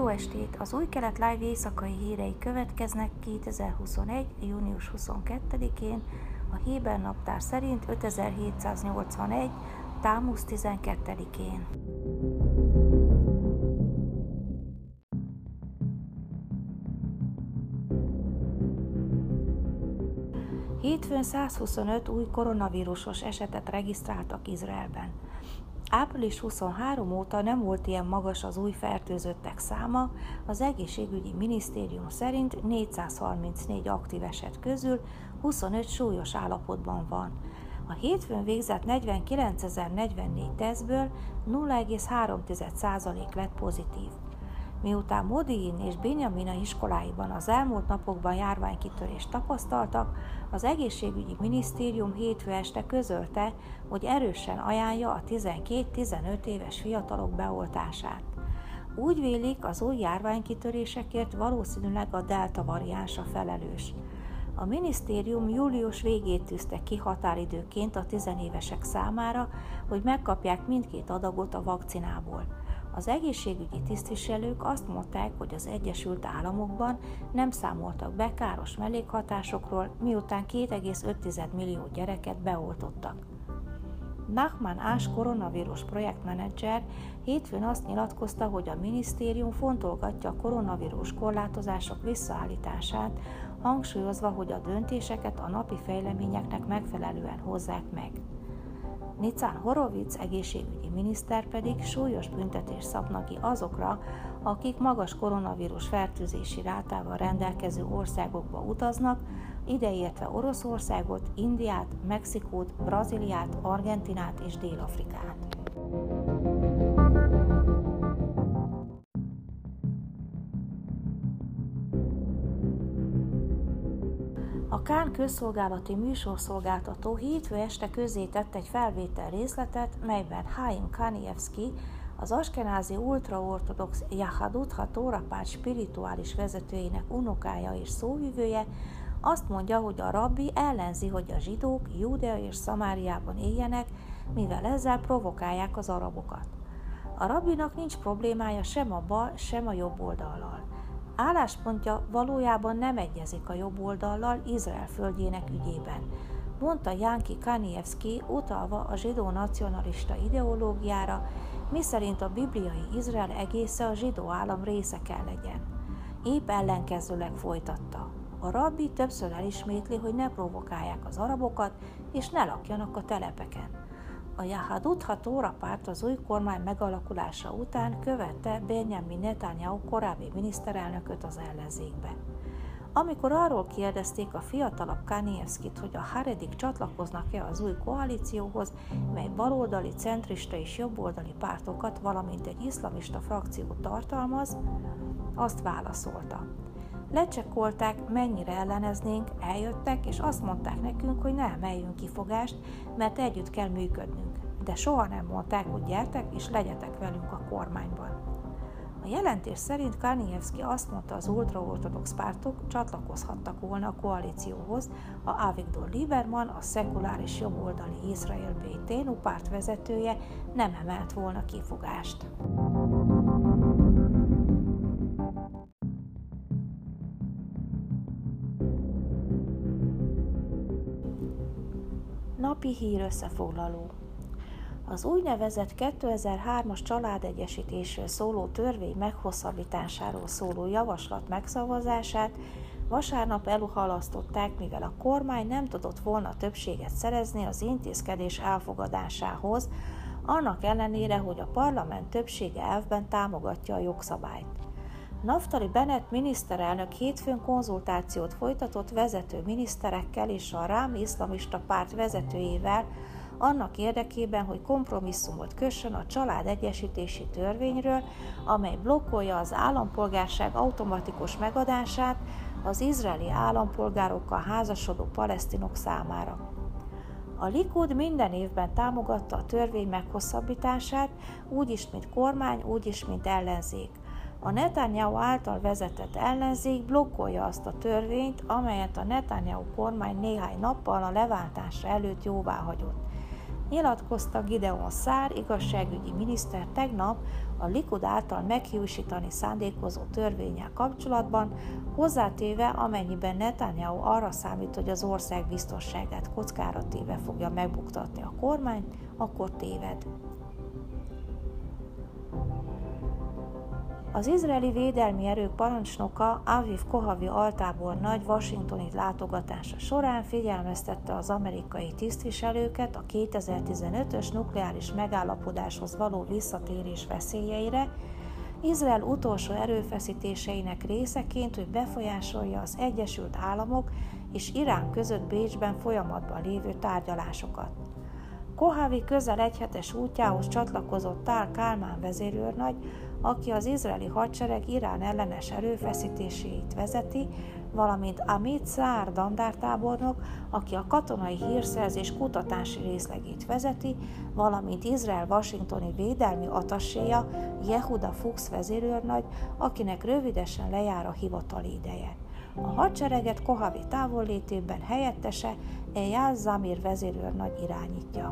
Jó estét! Az Új Kelet Live éjszakai hírei következnek 2021. június 22-én, a Héber naptár szerint 5781. Támusz 12-én. Hétfőn 125 új koronavírusos esetet regisztráltak Izraelben. Április 23 óta nem volt ilyen magas az új fertőzöttek száma, az egészségügyi minisztérium szerint 434 aktív eset közül 25 súlyos állapotban van. A hétfőn végzett 49.044 tesztből 0,3% lett pozitív. Miután Modiin és Binjamina iskoláiban az elmúlt napokban járványkitörést tapasztaltak, az egészségügyi minisztérium hétfő este közölte, hogy erősen ajánlja a 12-15 éves fiatalok beoltását. Úgy vélik, az új járványkitörésekért valószínűleg a delta variánsa felelős. A minisztérium július végét tűzte ki határidőként a tizenévesek számára, hogy megkapják mindkét adagot a vakcinából. Az egészségügyi tisztviselők azt mondták, hogy az Egyesült Államokban nem számoltak be káros mellékhatásokról, miután 2,5 millió gyereket beoltottak. Nachman Ás koronavírus projektmenedzser hétfőn azt nyilatkozta, hogy a minisztérium fontolgatja a koronavírus korlátozások visszaállítását, hangsúlyozva, hogy a döntéseket a napi fejleményeknek megfelelően hozzák meg. Nitzan Horowitz egészségügyi miniszter pedig súlyos büntetést szabna ki azokra, akik magas koronavírus fertőzési rátával rendelkező országokba utaznak, ideértve Oroszországot, Indiát, Mexikót, Brazíliát, Argentinát és Dél-Afrikát. A Kán közszolgálati műsorszolgáltató hétfő este közzétett egy felvétel részletet, melyben Haim Kanievski, az askenázi ultraortodox Yahadut HaTorah párt spirituális vezetőjének unokája és szóvivője, azt mondja, hogy a rabbi ellenzi, hogy a zsidók Júdea és Szamáriában éljenek, mivel ezzel provokálják az arabokat. A rabbinak nincs problémája sem a bal, sem a jobb oldallal. Álláspontja valójában nem egyezik a jobb oldallal Izrael földjének ügyében, mondta Janki Kanievski, utalva a zsidó nacionalista ideológiára, miszerint a bibliai Izrael egésze a zsidó állam része kell legyen. Épp ellenkezőleg folytatta. A rabbi többször elismétli, hogy ne provokálják az arabokat, és ne lakjanak a telepeken. A Yahadut HaTorah párt az új kormány megalakulása után követte Benjamin Netanyahu korábbi miniszterelnököt az ellenzékbe. Amikor arról kérdezték a fiatalabb Kanievskit, hogy a haredik csatlakoznak-e az új koalícióhoz, mely baloldali, centrista és jobboldali pártokat, valamint egy iszlamista frakciót tartalmaz, azt válaszolta. Lecsekkolták, mennyire elleneznénk, eljöttek, és azt mondták nekünk, hogy ne emeljünk kifogást, mert együtt kell működnünk. De soha nem mondták, hogy gyertek és legyetek velünk a kormányban. A jelentés szerint Kanievski azt mondta, az ultraortodox pártok csatlakozhattak volna a koalícióhoz, ha Avigdor Lieberman, a szekuláris jobboldali Izrael Béténu párt vezetője nem emelt volna kifogást. Napi hír összefoglaló. Az úgynevezett 2003-as családegyesítésről szóló törvény meghosszabbításáról szóló javaslat megszavazását vasárnap elhalasztották, mivel a kormány nem tudott volna többséget szerezni az intézkedés elfogadásához, annak ellenére, hogy a parlament többsége elvben támogatja a jogszabályt. Naftali Bennett miniszterelnök hétfőn konzultációt folytatott vezető miniszterekkel és a Rám iszlamista párt vezetőjével annak érdekében, hogy kompromisszumot kössön a családegyesítési törvényről, amely blokkolja az állampolgárság automatikus megadását az izraeli állampolgárokkal házasodó palesztinok számára. A Likud minden évben támogatta a törvény meghosszabbítását, úgyis, mint kormány, úgyis, mint ellenzék. A Netanyahu által vezetett ellenzék blokkolja azt a törvényt, amelyet a Netanyahu kormány néhány nappal a leváltása előtt jóváhagyott. Nyilatkozta Gideon Szár igazságügyi miniszter tegnap a Likud által meghiúsítani szándékozó törvénnyel kapcsolatban, hozzátéve, amennyiben Netanyahu arra számít, hogy az ország biztonságát kockára téve fogja megbuktatni a kormányt, akkor téved. Az izraeli védelmi erők parancsnoka Aviv Kohavi altábornagy washingtoni látogatása során figyelmeztette az amerikai tisztviselőket a 2015-ös nukleáris megállapodáshoz való visszatérés veszélyeire, Izrael utolsó erőfeszítéseinek részeként, hogy befolyásolja az Egyesült Államok és Irán között Bécsben folyamatban lévő tárgyalásokat. Kohavi közel egyhetes útjához csatlakozott Tal Kálmán vezérőrnagy, aki az izraeli hadsereg Irán ellenes erőfeszítéseit vezeti, valamint Amit Szár dandártábornok, aki a katonai hírszerzés kutatási részlegét vezeti, valamint Izrael washingtoni védelmi atasséja Yehuda Fuchs vezérőrnagy, akinek rövidesen lejár a hivatali ideje. A hadsereget Kohavi távollétében helyettese Eyal Zamir vezérőrnagy irányítja.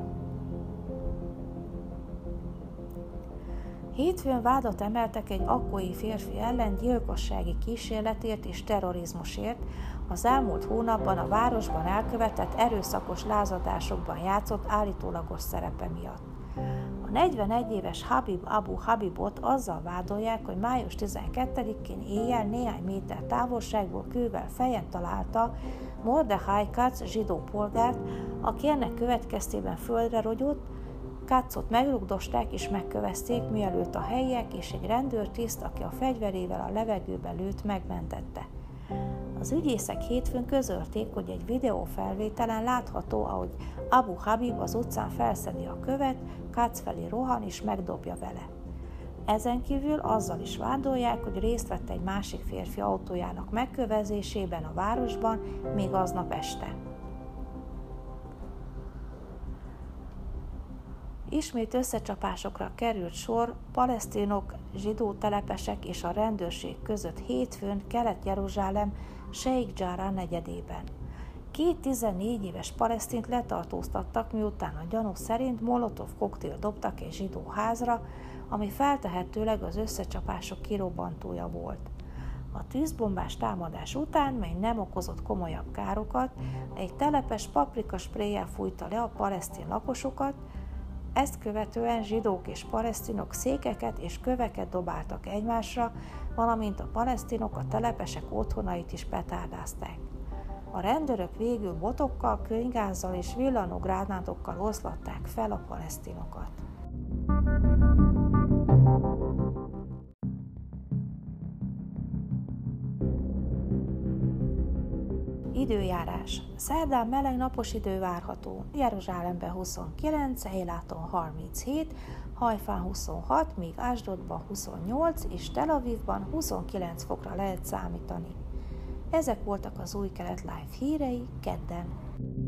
Hétfőn vádat emeltek egy akkói férfi ellen gyilkossági kísérletért és terrorizmusért, az elmúlt hónapban a városban elkövetett erőszakos lázadásokban játszott állítólagos szerepe miatt. A 41 éves Habib Abu Habibot azzal vádolják, hogy május 12-én éjjel néhány méter távolságból kővel fejen találta Mordechai Katz zsidó polgárt, aki ennek következtében földre rogyott. Katzot megrugdosták és megkövezték, mielőtt a helyiek és egy rendőrtiszt, aki a fegyverével a levegőbe lőtt, megmentette. Az ügyészek hétfőn közölték, hogy egy videófelvételen látható, ahogy Abu Habib az utcán felszedi a követ, Katz felé rohan és megdobja vele. Ezen kívül azzal is vádolják, hogy részt vett egy másik férfi autójának megkövezésében a városban még aznap este. Ismét összecsapásokra került sor palesztinok, zsidó telepesek és a rendőrség között hétfőn Kelet-Jeruzsálem Sheikh Jarrah negyedében. 14 éves palesztint letartóztattak, miután a gyanú szerint molotov koktélt dobtak egy zsidó házra, ami feltehetőleg az összecsapások kirobbantója volt. A tűzbombás támadás után, mely nem okozott komolyabb károkat, egy telepes paprikaspréllyel fújta le a palesztin lakosokat, ezt követően zsidók és palesztinok székeket és köveket dobáltak egymásra, valamint a palesztinok a telepesek otthonait is petárdázták. A rendőrök végül botokkal, könyvgázzal és villanó gránátokkal oszlatták fel a palesztinokat. Időjárás. Szerdán meleg napos idő várható. Jeruzsálemben 29, Eiláton 37, Hajfán 26, míg Asdodban 28 és Tel Avivban 29 fokra lehet számítani. Ezek voltak az Új Kelet Live hírei kedden.